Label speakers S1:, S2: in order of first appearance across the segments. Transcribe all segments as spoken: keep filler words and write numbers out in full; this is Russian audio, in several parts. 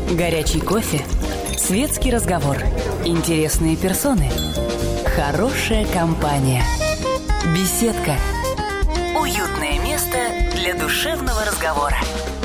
S1: Горячий кофе, светский разговор, интересные персоны, хорошая компания, беседка, уютное место для душевного разговора.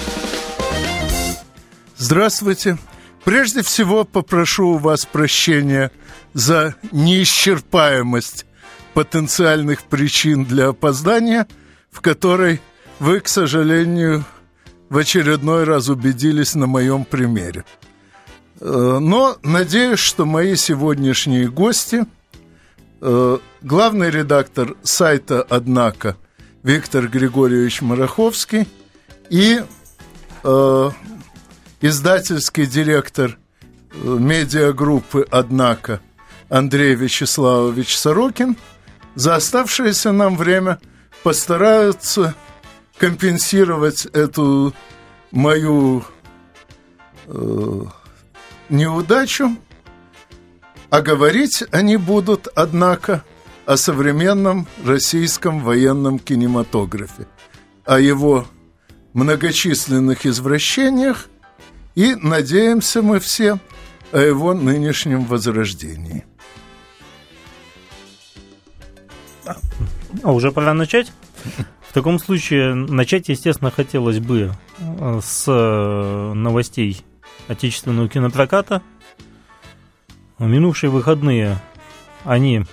S2: Здравствуйте. Прежде всего попрошу у вас прощения за неисчерпаемость потенциальных причин для опоздания, в которой вы, к сожалению, в очередной раз убедились на моем примере. Но надеюсь, что мои сегодняшние гости, главный редактор сайта «Однако» Виктор Григорьевич Мараховский и издательский директор медиагруппы «Однако» Андрей Вячеславович Сорокин за оставшееся нам время постараются компенсировать эту мою э, неудачу, а говорить они будут, однако, о современном российском военном кинематографе, о его многочисленных извращениях и, надеемся мы все, о его нынешнем возрождении.
S3: А уже пора начать? В таком случае начать, естественно, хотелось бы с новостей отечественного кинопроката. В минувшие выходные они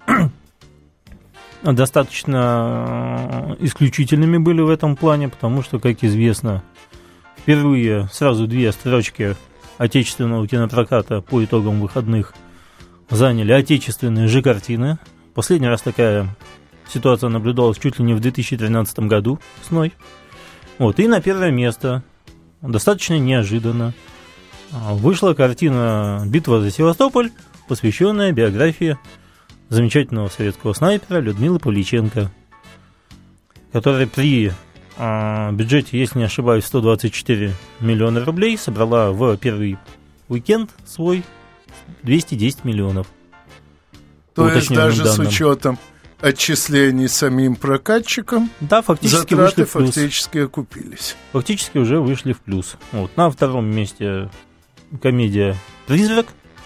S3: достаточно исключительными были в этом плане, потому что, как известно, впервые сразу две строчки отечественного кинопроката по итогам выходных заняли отечественные же картины. Последний раз такая ситуация наблюдалась чуть ли не в две тысячи тринадцатом году весной. Вот, и на первое место, достаточно неожиданно, вышла картина «Битва за Севастополь», посвященная биографии замечательного советского снайпера Людмилы Павличенко, которая при а, бюджете, если не ошибаюсь, сто двадцать четыре миллиона рублей собрала в первый уикенд свой двести десять миллионов.
S2: То есть даже данным. С учетом отчислений самим прокатчикам, да, фактически затраты фактически окупились.
S3: Фактически уже вышли в плюс. Вот. На втором месте комедия «Призрак».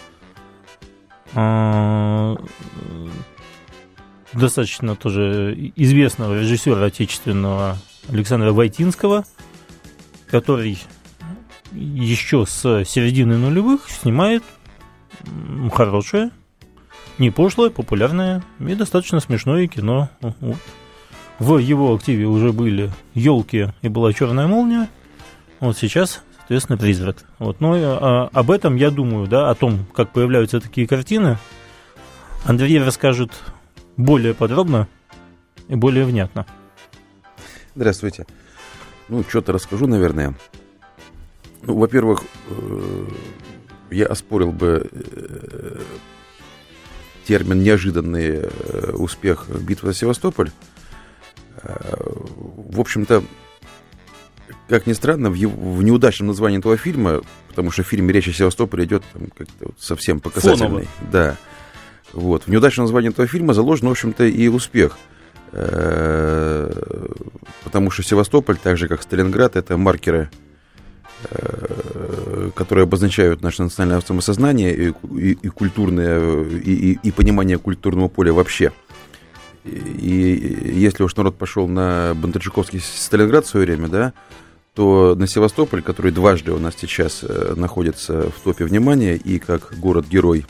S3: А, достаточно тоже известного режиссера отечественного Александра Войтинского, который еще с середины нулевых снимает хорошее, не пошлое, популярное и достаточно смешное кино. Вот. В его активе уже были «Елки» и была «Черная молния». Вот сейчас, соответственно, «Призрак». Вот. Но а, об этом, я думаю, да, о том, как появляются такие картины, Андрей расскажет более подробно и более внятно.
S4: Здравствуйте. Ну, что-то расскажу, наверное. Ну, во-первых, э- я оспорил бы э- термин «неожиданный э- успех битвы за Севастополь». Э- в общем-то, как ни странно, в, его, в неудачном названии этого фильма, потому что в фильме речь о Севастополе идет там, как-то вот совсем показательный. Да. Вот. В неудачном названии этого фильма заложен, в общем-то, и успех. Потому что Севастополь, так же как Сталинград, это маркеры, которые обозначают наше национальное самосознание и, и, и культурное, и, и, и понимание культурного поля вообще. И, и если уж народ пошел на Бондарчуковский Сталинград в свое время, да, то на Севастополь, который дважды у нас сейчас находится в топе внимания, и как город-герой,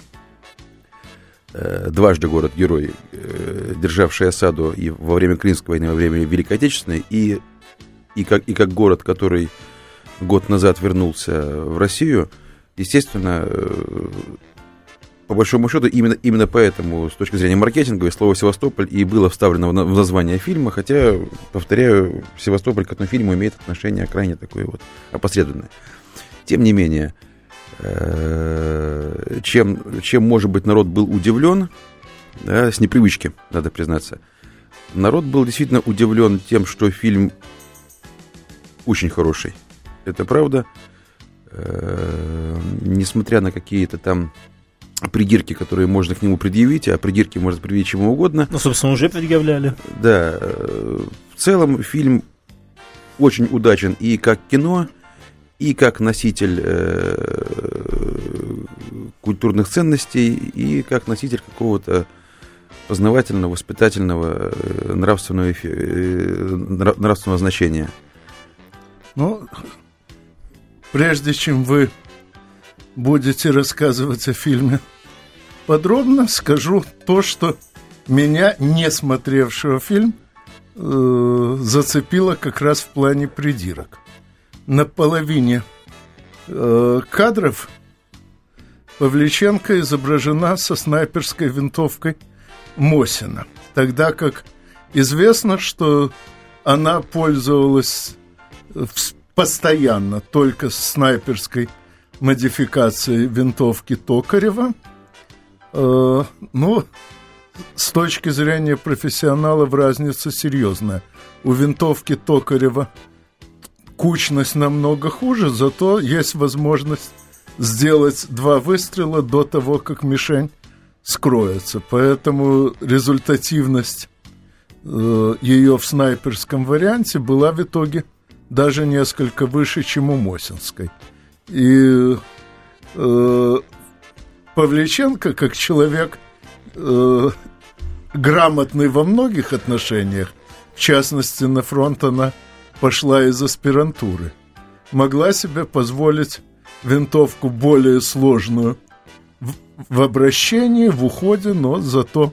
S4: дважды город-герой, державший осаду и во время Крымской войны, и во время Великой Отечественной, и, и, как, и как город, который год назад вернулся в Россию, естественно, по большому счету, именно, именно поэтому, с точки зрения маркетинга, слово «Севастополь» и было вставлено в название фильма, хотя, повторяю, Севастополь к этому фильму имеет отношение крайне такое вот опосредованное. Тем не менее, чем, чем, может быть, народ был удивлен, да, с непривычки, надо признаться. Народ был действительно удивлен тем, что фильм очень хороший. Это правда. Несмотря на какие-то там придирки, которые можно к нему предъявить, а придирки можно предъявить чему угодно.
S3: Ну, собственно, уже предъявляли.
S4: Да. В целом фильм очень удачен и как кино, и как носитель э, культурных ценностей, и как носитель какого-то познавательного, воспитательного, нравственного, нравственного значения.
S2: Ну, прежде чем вы будете рассказывать о фильме подробно, скажу то, что меня, не смотревшего фильм, э, зацепило как раз в плане придирок. На половине э, кадров Павличенко изображена со снайперской винтовкой Мосина, тогда как известно, что она пользовалась постоянно только снайперской модификацией винтовки Токарева. Э, ну, с точки зрения профессионалов разница серьезная. У винтовки Токарева кучность намного хуже, зато есть возможность сделать два выстрела до того, как мишень скроется. Поэтому результативность э, ее в снайперском варианте была в итоге даже несколько выше, чем у Мосинской. И э, Павличенко, как человек э, грамотный во многих отношениях, в частности, на фронт она пошла из аспирантуры, могла себе позволить винтовку более сложную в, в обращении, в уходе, но зато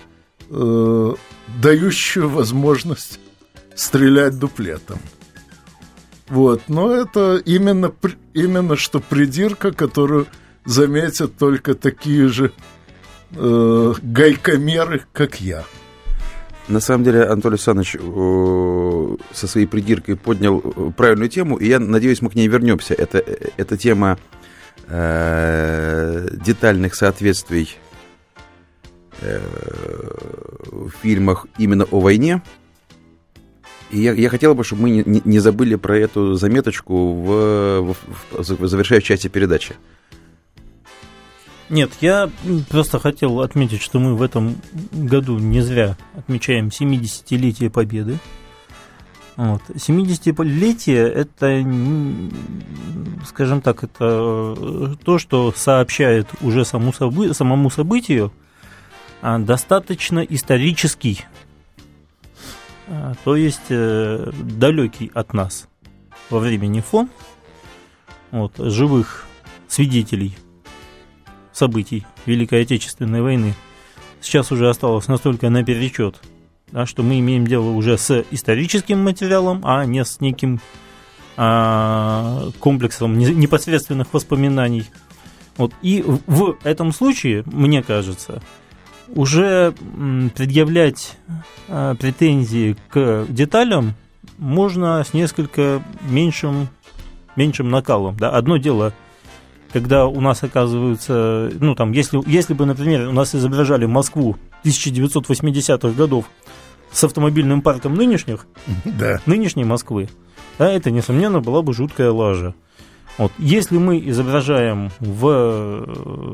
S2: э, дающую возможность стрелять дуплетом. Вот, но это именно, именно что придирка, которую заметят только такие же э, гайкомеры, как я.
S4: На самом деле Анатолий Александрович э, со своей придиркой поднял правильную тему, и я надеюсь, мы к ней вернемся. Это, это тема э, детальных соответствий э, в фильмах именно о войне. И я, я хотел бы, чтобы мы не, не забыли про эту заметочку в, в, в завершающей части передачи.
S3: Нет, я просто хотел отметить, что мы в этом году не зря отмечаем семидесятилетие Победы. Вот. семидесятилетие – это, скажем так, это то, что сообщает уже саму собы, самому событию достаточно исторический, то есть далекий от нас во времени фон, вот, живых свидетелей событий Великой Отечественной войны сейчас уже осталось настолько наперечет, да, что мы имеем дело уже с историческим материалом, а не с неким а, комплексом непосредственных воспоминаний. Вот. И в этом случае, мне кажется, уже предъявлять а, претензии к деталям можно с несколько меньшим, меньшим накалом. Да. Одно дело, когда у нас оказываются, ну там, если, если бы, например, у нас изображали Москву тысяча девятьсот восьмидесятых годов с автомобильным парком нынешних, да. нынешней Москвы, да, это, несомненно, была бы жуткая лажа. Вот. Если мы изображаем в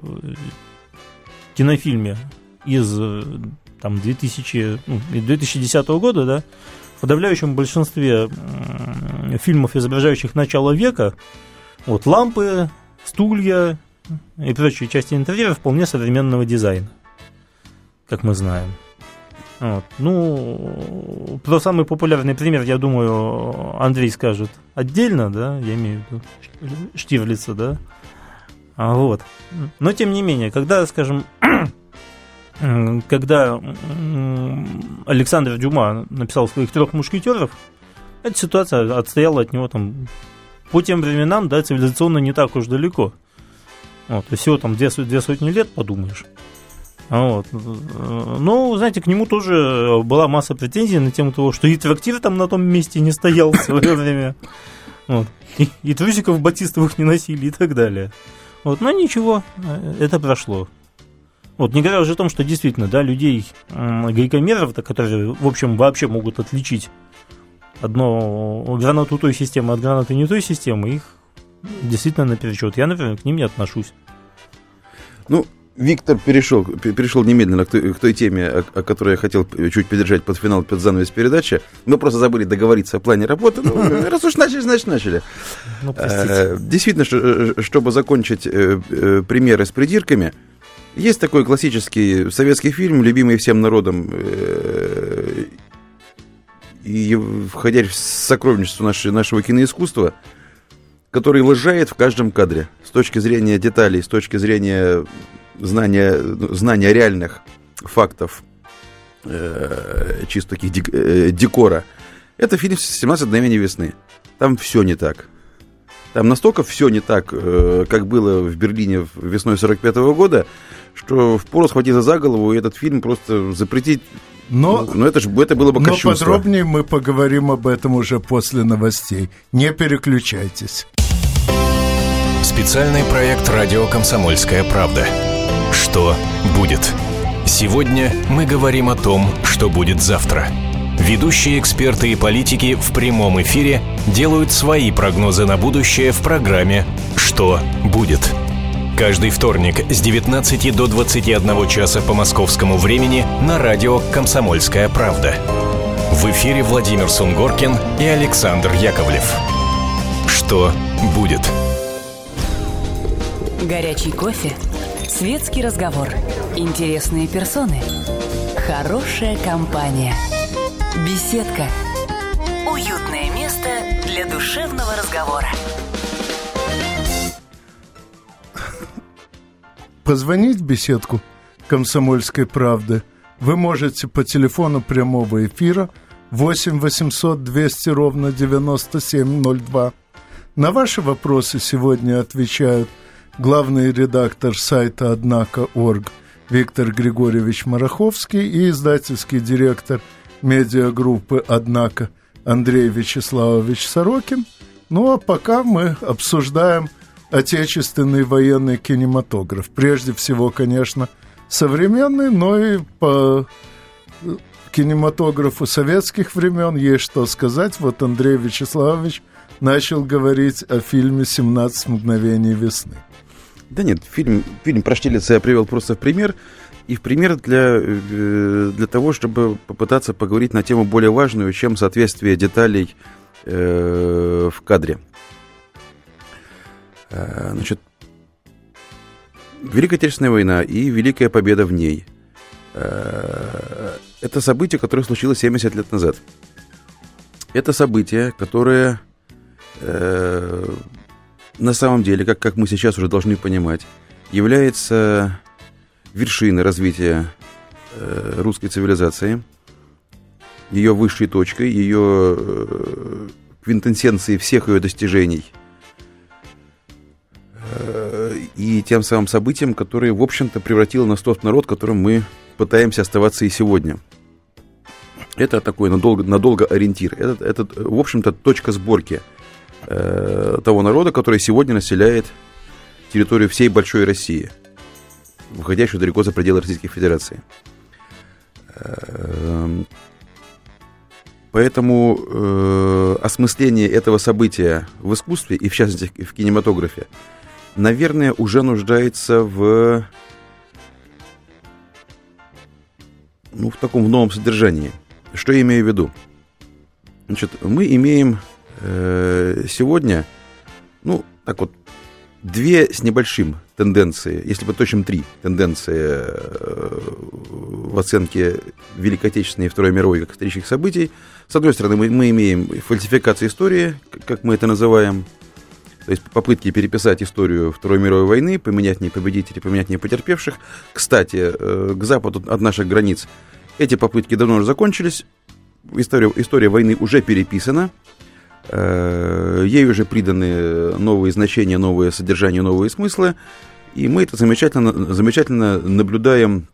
S3: кинофильме из там, две тысячи, ну, две тысячи десятого года, да, в подавляющем большинстве фильмов, изображающих начало века, вот, лампы, стулья и прочие части интерьера вполне современного дизайна, как мы знаем. Вот. Ну, про самый популярный пример, я думаю, Андрей скажет отдельно, да, я имею в виду Штирлица, да. А вот. Но, тем не менее, когда, скажем, когда Александр Дюма написал своих трех мушкетеров, эта ситуация отстояла от него там по тем временам, да, цивилизационно не так уж далеко. Вот, всего там две, две сотни лет, подумаешь. Вот. Но, знаете, к нему тоже была масса претензий на тему того, что и трактир там на том месте не стоял в свое время. Вот. И, и трусиков батистовых не носили и так далее. Вот. Но ничего, это прошло. Вот, не говоря уже о том, что действительно, да, людей, гайкомеров, которые, в общем, вообще могут отличить одну гранату той системы от гранаты не той системы, их действительно наперечет. Я, например, к ним не отношусь.
S4: Ну, Виктор перешел, перешел немедленно к той, к той теме, о, о которой я хотел чуть подержать под финал, под занавес передачи. Мы просто забыли договориться о плане работы. Ну, раз уж начали, значит начали. Ну, действительно, чтобы закончить примеры с придирками, есть такой классический советский фильм, любимый всем народом, и входящий в сокровищницу нашего киноискусства, который лажает в каждом кадре с точки зрения деталей, с точки зрения знания, знания реальных фактов, э, чисто таких дек, э, декора. Это фильм «семнадцать мгновений весны». Там все не так. Там настолько все не так, э, как было в Берлине весной сорок пятого года, что впору схватиться за голову и этот фильм просто запретить. Но, но это, же, это было бы кощунство.
S2: Но подробнее мы поговорим об этом уже после новостей. Не переключайтесь.
S5: Специальный проект «Радио Комсомольская правда». Что будет? Сегодня мы говорим о том, что будет завтра. Ведущие эксперты и политики в прямом эфире делают свои прогнозы на будущее в программе «Что будет?». Каждый вторник с девятнадцати до двадцати одного часа по московскому времени на радио «Комсомольская правда». В эфире Владимир Сунгоркин и Александр Яковлев. Что будет?
S1: Горячий кофе, светский разговор, интересные персоны, хорошая компания, беседка, уютное место для душевного разговора.
S2: Позвонить в беседку «Комсомольской правды» вы можете по телефону прямого эфира восемь восемьсот двести ровно девяносто семь ноль два. На ваши вопросы сегодня отвечают главный редактор сайта «Однако точка орг» Виктор Григорьевич Мараховский и издательский директор медиагруппы «Однако» Андрей Вячеславович Сорокин. Ну а пока мы обсуждаем отечественный военный кинематограф. Прежде всего, конечно, современный, но и по кинематографу советских времен есть что сказать. Вот Андрей Вячеславович начал говорить о фильме «семнадцать мгновений весны».
S4: Да нет, фильм, фильм про Штирлица я привел просто в пример. И в пример для, для того, чтобы попытаться поговорить на тему более важную, чем соответствие деталей э, в кадре. Значит, Великая Отечественная война и Великая победа в ней – это событие, которое случилось семьдесят лет назад. Это событие, которое э, на самом деле, как, как мы сейчас уже должны понимать, является вершиной развития э, русской цивилизации, ее высшей точкой, ее э, квинтэссенцией всех ее достижений – и тем самым событием, которое, в общем-то, превратило нас в тот народ, которым мы пытаемся оставаться и сегодня. Это такой надолго, надолго ориентир. Это, это, в общем-то, точка сборки э, того народа, который сегодня населяет территорию всей большой России, выходящую далеко за пределы Российской Федерации. Э, поэтому э, осмысление этого события в искусстве и, в частности, в кинематографе, наверное, уже нуждается в, ну, в таком новом содержании. Что я имею в виду? Значит, мы имеем э, сегодня, ну, так вот, две с небольшим тенденции, если бы точно три тенденции э, в оценке Великой Отечественной и Второй мировой как исторических событий. С одной стороны, мы, мы имеем фальсификацию истории, как мы это называем, то есть попытки переписать историю Второй мировой войны, поменять в ней победителей, поменять в ней потерпевших. Кстати, к западу от наших границ эти попытки давно уже закончились. История, история войны уже переписана. Ей уже приданы новые значения, новые содержания, новые смыслы. И мы это замечательно, замечательно наблюдаем.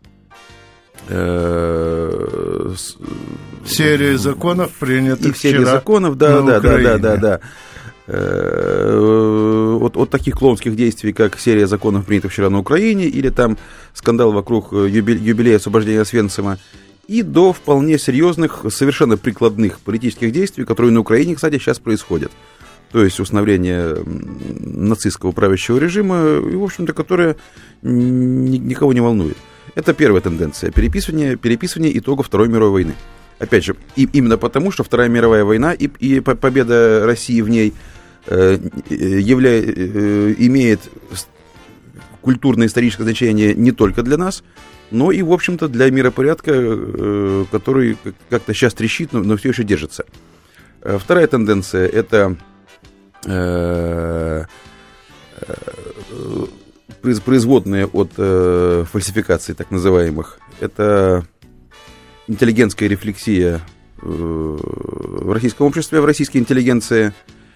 S2: Серия законов, принятых вчера.
S4: Серия законов, да, да, да, да, да, да. От, от таких клоунских действий, как серия законов, принятых вчера на Украине, или там скандал вокруг юбилея освобождения Освенцима, и до вполне серьезных, совершенно прикладных политических действий, которые на Украине, кстати, сейчас происходят. то есть установление нацистского правящего режима, и, в общем-то, которое никого не волнует. Это первая тенденция – переписывание, переписывание итогов Второй мировой войны. Опять же, и, именно потому, что Вторая мировая война и, и победа России в ней э, явля, э, имеет культурно-историческое значение не только для нас, но и, в общем-то, для миропорядка, э, который как-то сейчас трещит, но, но все еще держится. Вторая тенденция – это э, э, производные от э, фальсификаций так называемых. Это интеллигентская рефлексия э, в российском обществе, в российской интеллигенции,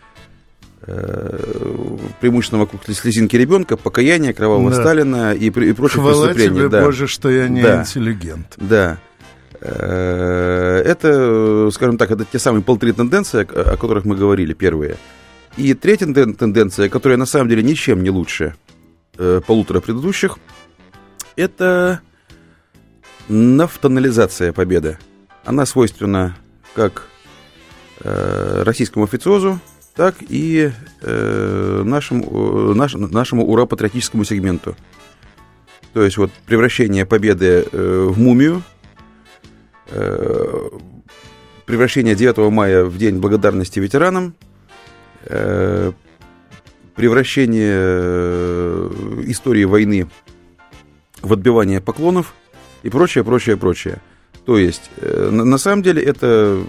S4: э, преимущественно вокруг слезинки ребенка, покаяние, кровавого да. Сталина и, и прочие
S2: Хвала
S4: преступления.
S2: Тебе,
S4: да.
S2: Боже, что я не
S4: да.
S2: интеллигент.
S4: Да. Э, это, скажем так, это те самые полторы тенденции, о, о которых мы говорили, первые. И третья тенденция, которая на самом деле ничем не лучше э, полутора предыдущих, это нафтонализация победы. Она свойственна как э, российскому официозу, так и э, нашему, наш, нашему ура-патриотическому сегменту. То есть вот превращение победы э, в мумию, э, превращение девятого мая в День благодарности ветеранам, э, превращение э, истории войны в отбивание поклонов и прочее, прочее, прочее. То есть, э, на, на самом деле, это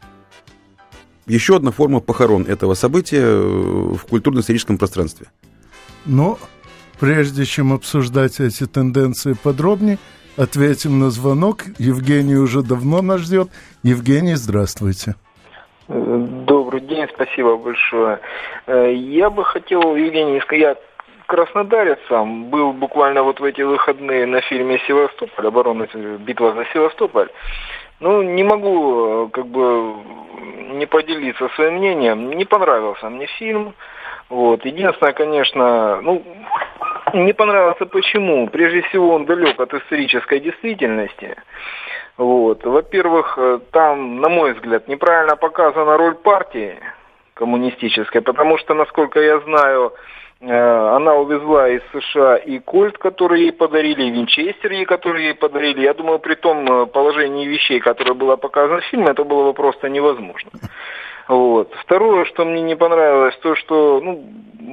S4: еще одна форма похорон этого события в культурно-историческом пространстве.
S2: Но прежде чем обсуждать эти тенденции подробнее, ответим на звонок. Евгений уже давно нас ждет. Евгений, здравствуйте.
S6: Добрый день, спасибо большое. Я бы хотел, Евгений, я краснодарец сам, был буквально вот в эти выходные на фильме «Севастополь», оборона, битва за Севастополь. Ну, не могу, как бы, не поделиться своим мнением. Не понравился мне фильм. Вот. Единственное, конечно, ну, не понравился почему? Прежде всего, он далек от исторической действительности. Вот. Во-первых, там, на мой взгляд, неправильно показана роль партии коммунистической, потому что, насколько я знаю, она увезла из США и кольт, который ей подарили, и винчестер, который ей подарили. Я думаю, при том положении вещей, которое было показано в фильме, это было бы просто невозможно. Вот. Второе, что мне не понравилось, то, что ну,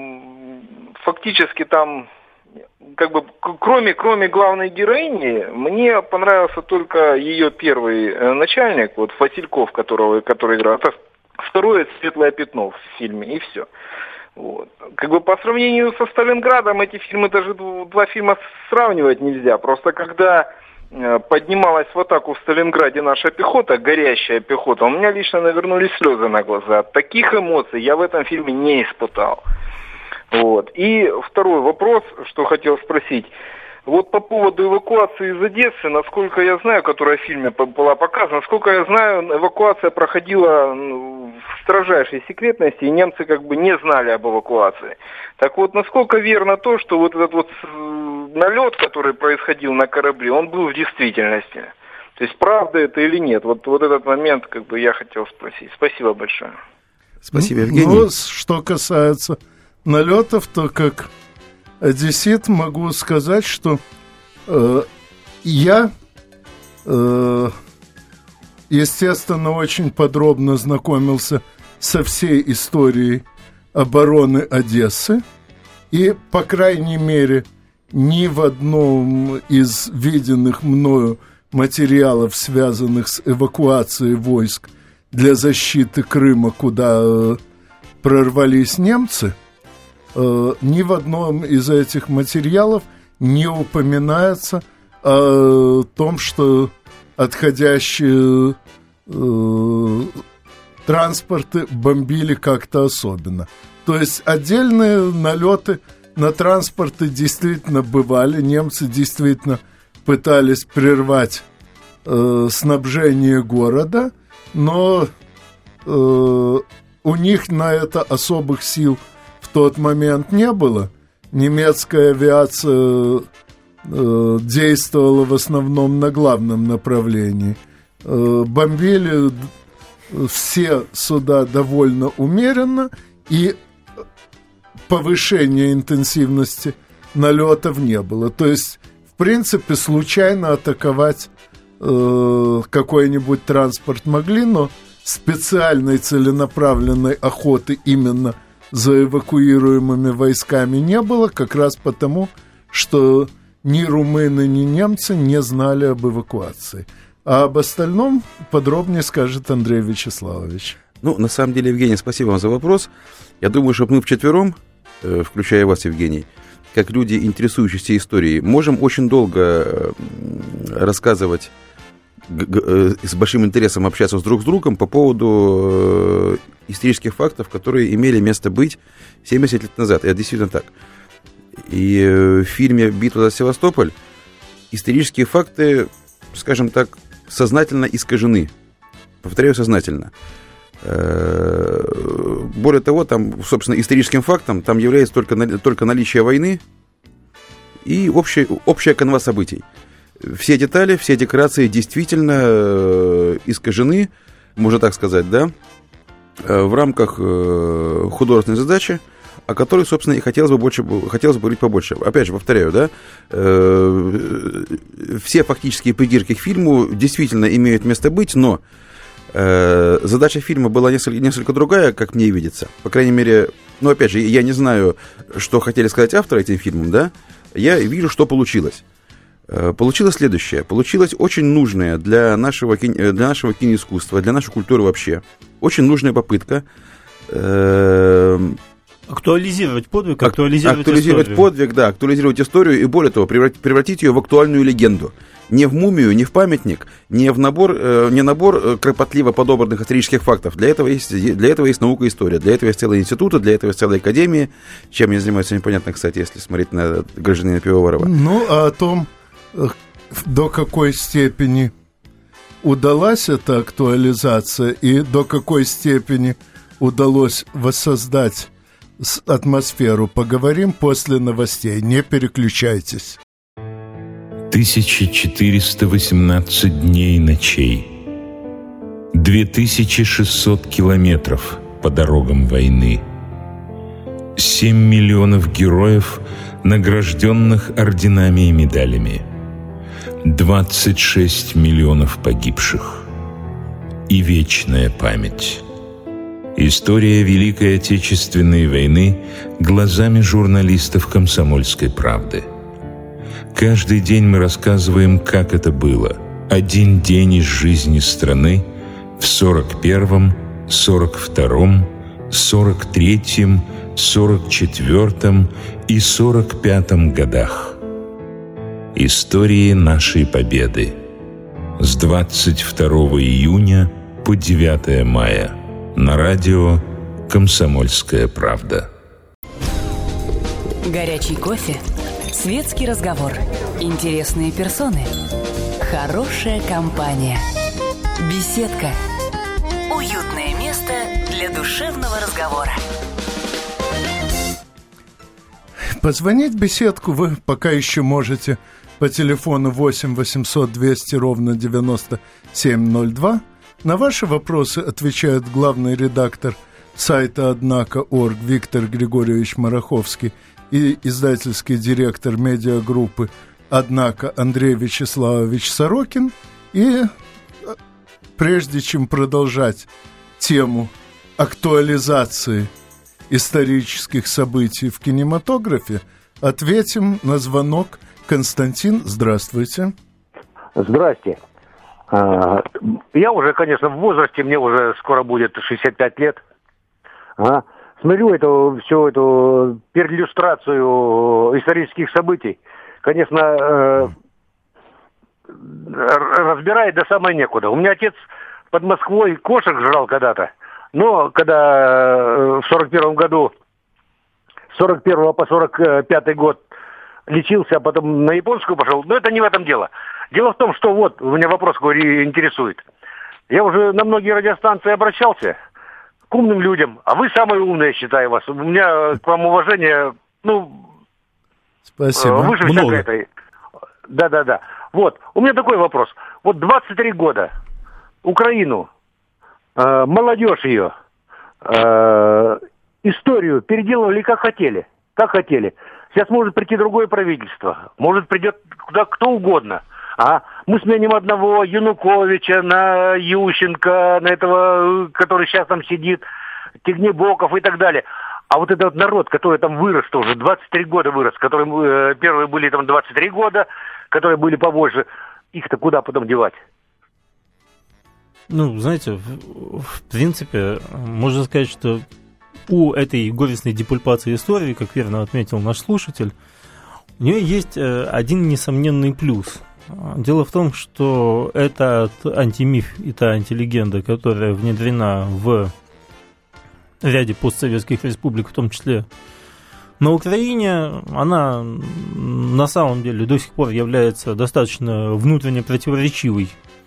S6: фактически там, как бы, кроме, кроме главной героини, мне понравился только ее первый начальник, вот Васильков, которого, который играл. Второе — «Светлое пятно» в фильме, и все. Вот. Как бы по сравнению со Сталинградом эти фильмы, даже два фильма сравнивать нельзя. Просто когда э, поднималась в атаку в Сталинграде наша пехота, горящая пехота, у меня лично навернулись слезы на глаза. Таких эмоций я в этом фильме не испытал. Вот. И второй вопрос, что хотел спросить. Вот по поводу эвакуации из Одессы, насколько я знаю, которая в фильме была показана, насколько я знаю, эвакуация проходила в строжайшей секретности, и немцы как бы не знали об эвакуации. Так вот, насколько верно то, что вот этот вот налет, который происходил на корабле, он был в действительности? То есть, правда это или нет? Вот, вот этот момент как бы я хотел спросить. Спасибо большое.
S4: Спасибо, Евгений.
S2: Ну, что касается налетов, то как одессит могу сказать, что э, я, э, естественно, очень подробно знакомился со всей историей обороны Одессы, и, по крайней мере, ни в одном из виденных мною материалов, связанных с эвакуацией войск для защиты Крыма, куда э, прорвались немцы, ни в одном из этих материалов не упоминается о том, что отходящие э, транспорты бомбили как-то особенно. То есть отдельные налеты на транспорты действительно бывали. Немцы действительно пытались прервать э, снабжение города, но э, у них на это особых сил в тот момент не было. Немецкая авиация э, действовала в основном на главном направлении. Э, бомбили все суда довольно умеренно, и повышения интенсивности налетов не было. То есть, в принципе, случайно атаковать э, какой-нибудь транспорт могли, но специальной целенаправленной охоты именно за эвакуируемыми войсками не было, как раз потому, что ни румыны, ни немцы не знали об эвакуации. А об остальном подробнее скажет Андрей Вячеславович.
S4: Ну, на самом деле, Евгений, спасибо вам за вопрос. Я думаю, что мы вчетвером, э, включая вас, Евгений, как люди, интересующиеся историей, можем очень долго рассказывать, с большим интересом общаться с друг с другом по поводу исторических фактов, которые имели место быть семьдесят лет назад. Это действительно так. И в фильме «Битва за Севастополь» исторические факты, скажем так, сознательно искажены. Повторяю, сознательно. Более того, там, собственно, историческим фактом там является только, только наличие войны и общая, общая канва событий. Все детали, все декорации действительно искажены, можно так сказать, да, в рамках художественной задачи, о которой, собственно, и хотелось бы больше, хотелось бы говорить побольше. Опять же, повторяю, да, все фактические придирки к фильму действительно имеют место быть, но задача фильма была несколько, несколько другая, как мне видится. По крайней мере, ну, опять же, я не знаю, что хотели сказать авторы этим фильмом, да, я вижу, что получилось. Получилось следующее. Получилось очень нужное для нашего, для нашего киноискусства, для нашей культуры вообще, очень нужная попытка э,
S3: актуализировать подвиг, актуализировать,
S4: актуализировать
S3: историю.
S4: подвиг, да, актуализировать историю и, более того, превратить, превратить ее в актуальную легенду. Не в мумию, не в памятник, не в набор, э, не набор кропотливо подобранных исторических фактов. Для этого есть, для этого есть наука и история, для этого есть целые институты, для этого есть целая академия. Чем я занимаюсь, непонятно, кстати, если смотреть на гражданина Пивоварова.
S2: Ну, а о том, до какой степени удалась эта актуализация и до какой степени удалось воссоздать атмосферу, поговорим после новостей. Не переключайтесь.
S7: тысяча четыреста восемнадцать дней и ночей, две тысячи шестьсот километров по дорогам войны, семь миллионов героев, награжденных орденами и медалями, двадцать шесть миллионов погибших и вечная память. История Великой Отечественной войны глазами журналистов «Комсомольской правды». Каждый день мы рассказываем, как это было. Один день из жизни страны в сорок первом, сорок втором, сорок третьем, сорок четвертом и сорок пятом годах. Истории нашей победы. С двадцать второго июня по девятое мая. На радио «Комсомольская правда».
S1: Горячий кофе, светский разговор, интересные персоны, хорошая компания, беседка, уютное место для душевного разговора.
S2: Позвонить в беседку вы пока еще можете по телефону восемь восемьсот двести ровно девяносто семь ноль два. На ваши вопросы отвечает главный редактор сайта «Однако точка орг» Виктор Григорьевич Мараховский и издательский директор медиагруппы «Однако» Андрей Вячеславович Сорокин. И прежде чем продолжать тему актуализации исторических событий в кинематографе, ответим на звонок. Константин, здравствуйте.
S8: Здрасте. Я уже, конечно, в возрасте, мне уже скоро будет шестьдесят пять лет. Ага. Смотрю эту, всю эту перлюстрацию исторических событий. Конечно, э, разбирает до самой некуда. У меня отец под Москвой кошек жрал когда-то. Но когда в сорок первом году, с сорок первого по сорок пятый год лечился, а потом на японскую пошел, но это не в этом дело. Дело в том, что вот, у меня вопрос, говорю, интересует. Я уже на многие радиостанции обращался к умным людям, а вы самые умные, считаю вас. У меня к вам уважение, ну,
S2: спасибо.
S8: Выше всякой этой. Да-да-да. Вот, у меня такой вопрос. Вот двадцать три года Украину, э, молодежь ее, э, историю переделывали как хотели. Как хотели. Сейчас может прийти другое правительство. Может придет куда кто угодно. А мы сменим одного Януковича на Ющенко, на этого, который сейчас там сидит, Тягнебоков и так далее. А вот этот народ, который там вырос тоже, двадцать три года вырос, которые э, первые были там двадцать три года, которые были побольше, их-то куда потом девать?
S3: Ну, знаете, в, в принципе, можно сказать, что у этой горестной депульпации истории, как верно отметил наш слушатель, у нее есть один несомненный плюс. Дело в том, что это антимиф и та антилегенда, которая внедрена в ряде постсоветских республик, в том числе на Украине, она на самом деле до сих пор является достаточно внутренне противоречивой,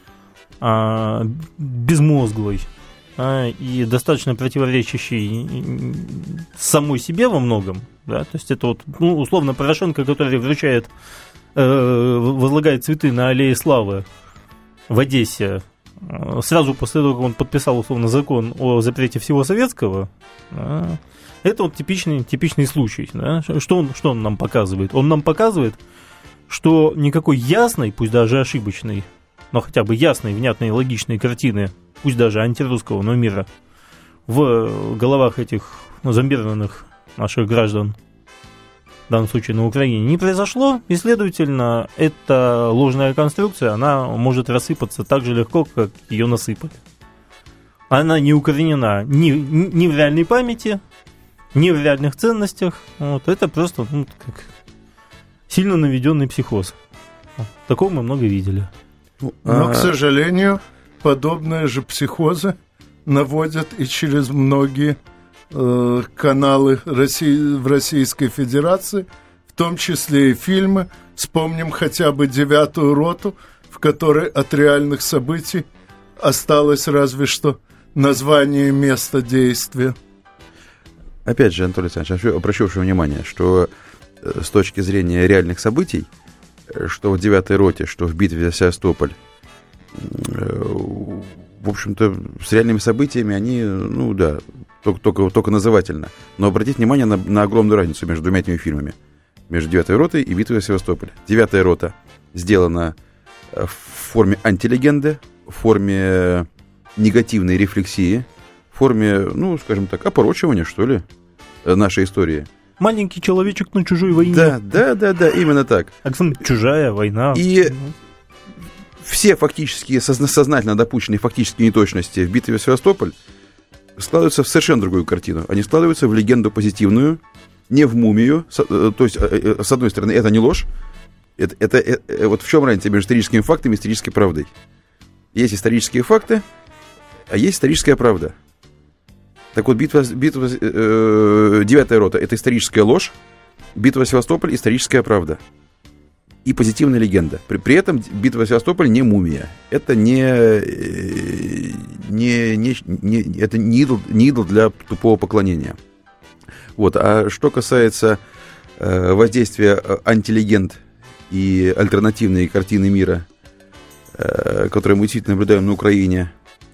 S3: безмозглой и достаточно противоречащей самой себе во многом. Да? То есть это вот, ну, условно, Порошенко, который вручает, э, возлагает цветы на аллее Славы в Одессе, сразу после того, как он подписал, условно, закон о запрете всего советского, да, это вот типичный, типичный случай. Да? Что он, что он нам показывает? Он нам показывает, что никакой ясной, пусть даже ошибочной, но хотя бы ясной, внятной и логичной картины, пусть даже антирусского, но мира, в головах этих ну, зомбированных наших граждан, в данном случае на Украине, не произошло, и, следовательно, эта ложная конструкция, она может рассыпаться так же легко, как ее насыпали. Она не укоренена ни, ни в реальной памяти, ни в реальных ценностях. Вот, это просто ну, как сильно наведенный психоз. Такого мы много видели.
S2: Но, к сожалению, подобные же психозы наводят и через многие э, каналы России, в Российской Федерации, в том числе и фильмы. Вспомним хотя бы «Девятую роту», в которой от реальных событий осталось разве что название места действия.
S4: Опять же, Анатолий Александрович, обращу ваше внимание, что с точки зрения реальных событий, что в девятой роте, что в битве за Севастополь, в общем-то, с реальными событиями они, ну да, только, только, только назывательно. Но обратите внимание на, на огромную разницу между двумя этими фильмами. Между девятой ротой и битвой за Севастополь. Девятая рота сделана в форме антилегенды, в форме негативной рефлексии, в форме, ну, скажем так, опорочивания, что ли, нашей истории.
S3: Маленький человечек на чужой войне.
S4: Да, да, да, да, именно так.
S3: Чужая война.
S4: И все фактически, сознательно допущенные фактические неточности в битве за Севастополь складываются в совершенно другую картину. Они складываются в легенду позитивную, не в мумию. То есть, с одной стороны, это не ложь. Это, это, это, вот в чем разница между историческими фактами и исторической правдой? Есть исторические факты, а есть историческая правда. Так вот, битва, битва э, девятая рота – это историческая ложь, битва за Севастополь – историческая правда. И позитивная легенда. При, при этом битва за Севастополь не мумия. Это не, не, не, не, это не, идол, не идол для тупого поклонения. Вот. А что касается э, воздействия антилегенд и альтернативной картины мира, э, которые мы действительно наблюдаем на Украине,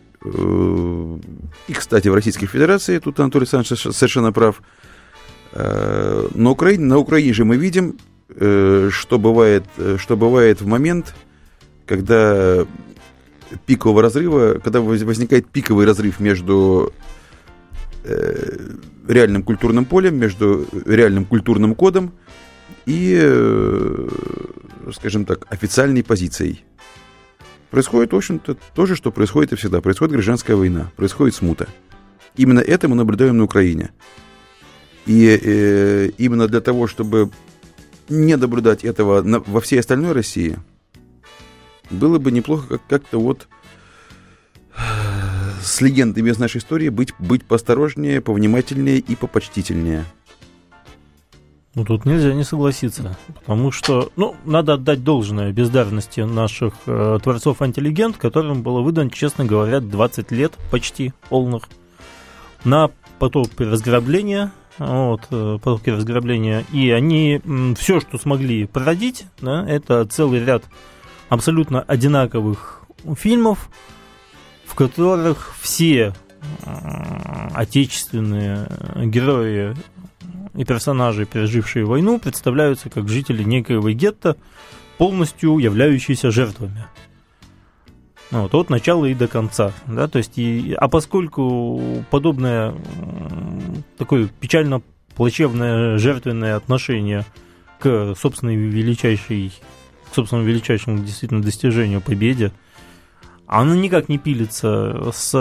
S4: и, кстати, в Российской Федерации, тут Анатолий Александрович совершенно прав. На Украине, на Украине же мы видим, что бывает, что бывает в момент, когда пикового разрыва, когда возникает пиковый разрыв между реальным культурным полем, между реальным культурным кодом и, скажем так, официальной позицией. Происходит, в общем-то, то же, что происходит и всегда. Происходит гражданская война, происходит смута. Именно это мы наблюдаем на Украине. И э, именно для того, чтобы не наблюдать этого на, во всей остальной России, было бы неплохо как- как-то вот с легендами из нашей истории быть, быть поосторожнее, повнимательнее и попочтительнее.
S3: Ну, тут нельзя не согласиться, потому что, ну, надо отдать должное бездарности наших э, творцов-антилегенд, которым было выдано, честно говоря, двадцать лет почти полных на потоке разграбления, вот, э, потоке разграбления, и они м, все, что смогли породить, да, это целый ряд абсолютно одинаковых фильмов, в которых все отечественные герои и персонажи, пережившие войну, представляются как жители некоего гетто, полностью являющиеся жертвами. Вот, от начала и до конца. Да? То есть и, а поскольку подобное такое печально плачевное жертвенное отношение к собственной величайшей, к собственному величайшему действительно достижению, победе, оно никак не пилится с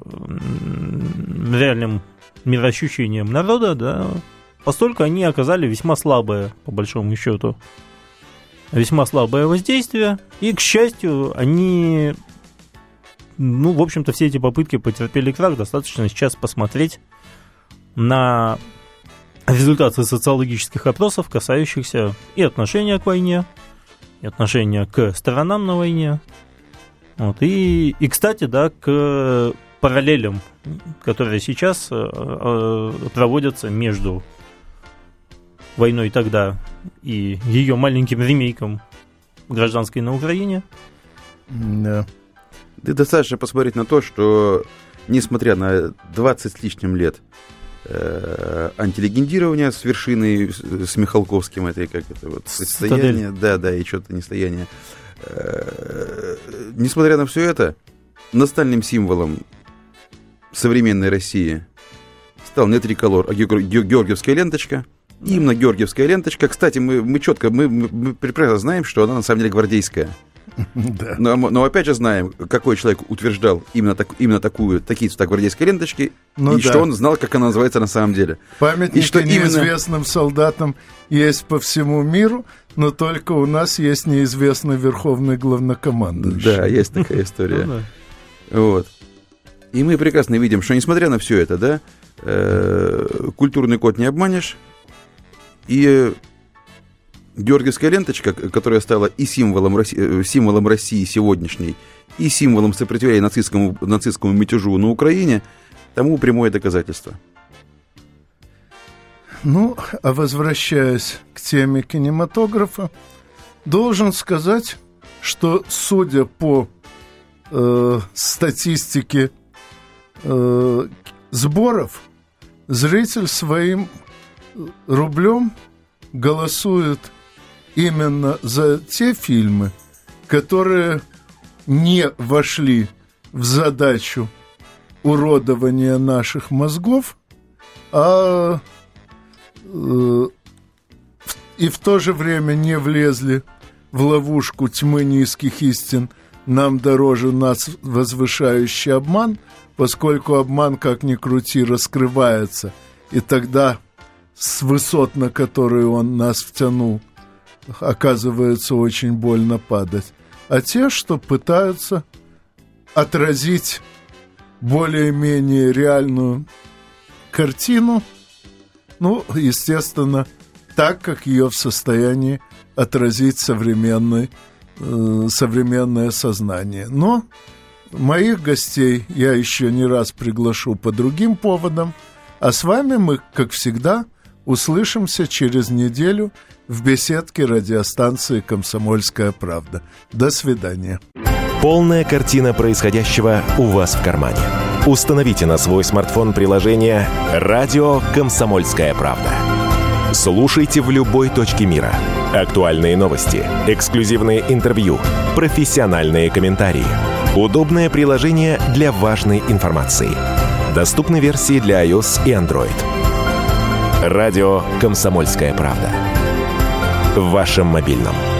S3: реальным мироощущением народа, да, постольку они оказали весьма слабое, по большому счету, весьма слабое воздействие, и, к счастью, они, ну, в общем-то, все эти попытки потерпели крах. Достаточно сейчас посмотреть на результаты социологических опросов, касающихся и отношения к войне, и отношения к сторонам на войне. Вот. И, и, кстати, да, к параллелям, которые сейчас э, проводятся между войной тогда и ее маленьким ремейком гражданской на Украине.
S2: Да.
S4: Да, достаточно посмотреть на то, что, несмотря на двадцать с лишним лет э, антилегендирования с вершиной, с, с Михалковским, этой, как это вот, состояние, да, да, и что-то нестояние, несмотря на все это, национальным символом современной России стал не триколор, а георгиевская ленточка. И именно георгиевская ленточка. Кстати, мы, мы четко, мы, мы прекрасно знаем, что она на самом деле гвардейская. Да. Но, но опять же знаем, какой человек утверждал именно, так, именно такую, такие цвета гвардейской ленточки, ну, и да. что он знал, как она называется на самом деле.
S2: Памятники и что неизвестным именно... солдатам есть по всему миру, но только у нас есть неизвестный верховный главнокомандующий.
S4: Да, есть такая история. Вот. И мы прекрасно видим, что несмотря на все это, да, культурный код не обманешь, и георгиевская ленточка, которая стала и символом России, символом России сегодняшней, и символом сопротивления нацистскому, нацистскому мятежу на Украине, тому прямое доказательство.
S2: Ну, а возвращаясь к теме кинематографа, должен сказать, что, судя по э, статистике э, сборов, зритель своим рублем голосует именно за те фильмы, которые не вошли в задачу уродования наших мозгов, а э, и в то же время не влезли в ловушку тьмы низких истин, нам дороже нас возвышающий обман, поскольку обман, как ни крути, раскрывается, и тогда с высот, на которые он нас втянул, оказывается очень больно падать. А те, что пытаются отразить более-менее реальную картину, ну, естественно, так, как ее в состоянии отразить современный, э, современное сознание. Но моих гостей я еще не раз приглашу по другим поводам, а с вами мы, как всегда, услышимся через неделю в беседке радиостанции «Комсомольская правда». До свидания.
S5: Полная картина происходящего у вас в кармане. Установите на свой смартфон приложение «Радио Комсомольская правда». Слушайте в любой точке мира. Актуальные новости, эксклюзивные интервью, профессиональные комментарии. Удобное приложение для важной информации. Доступны версии для iOS и Android. Радио «Комсомольская правда». В вашем мобильном.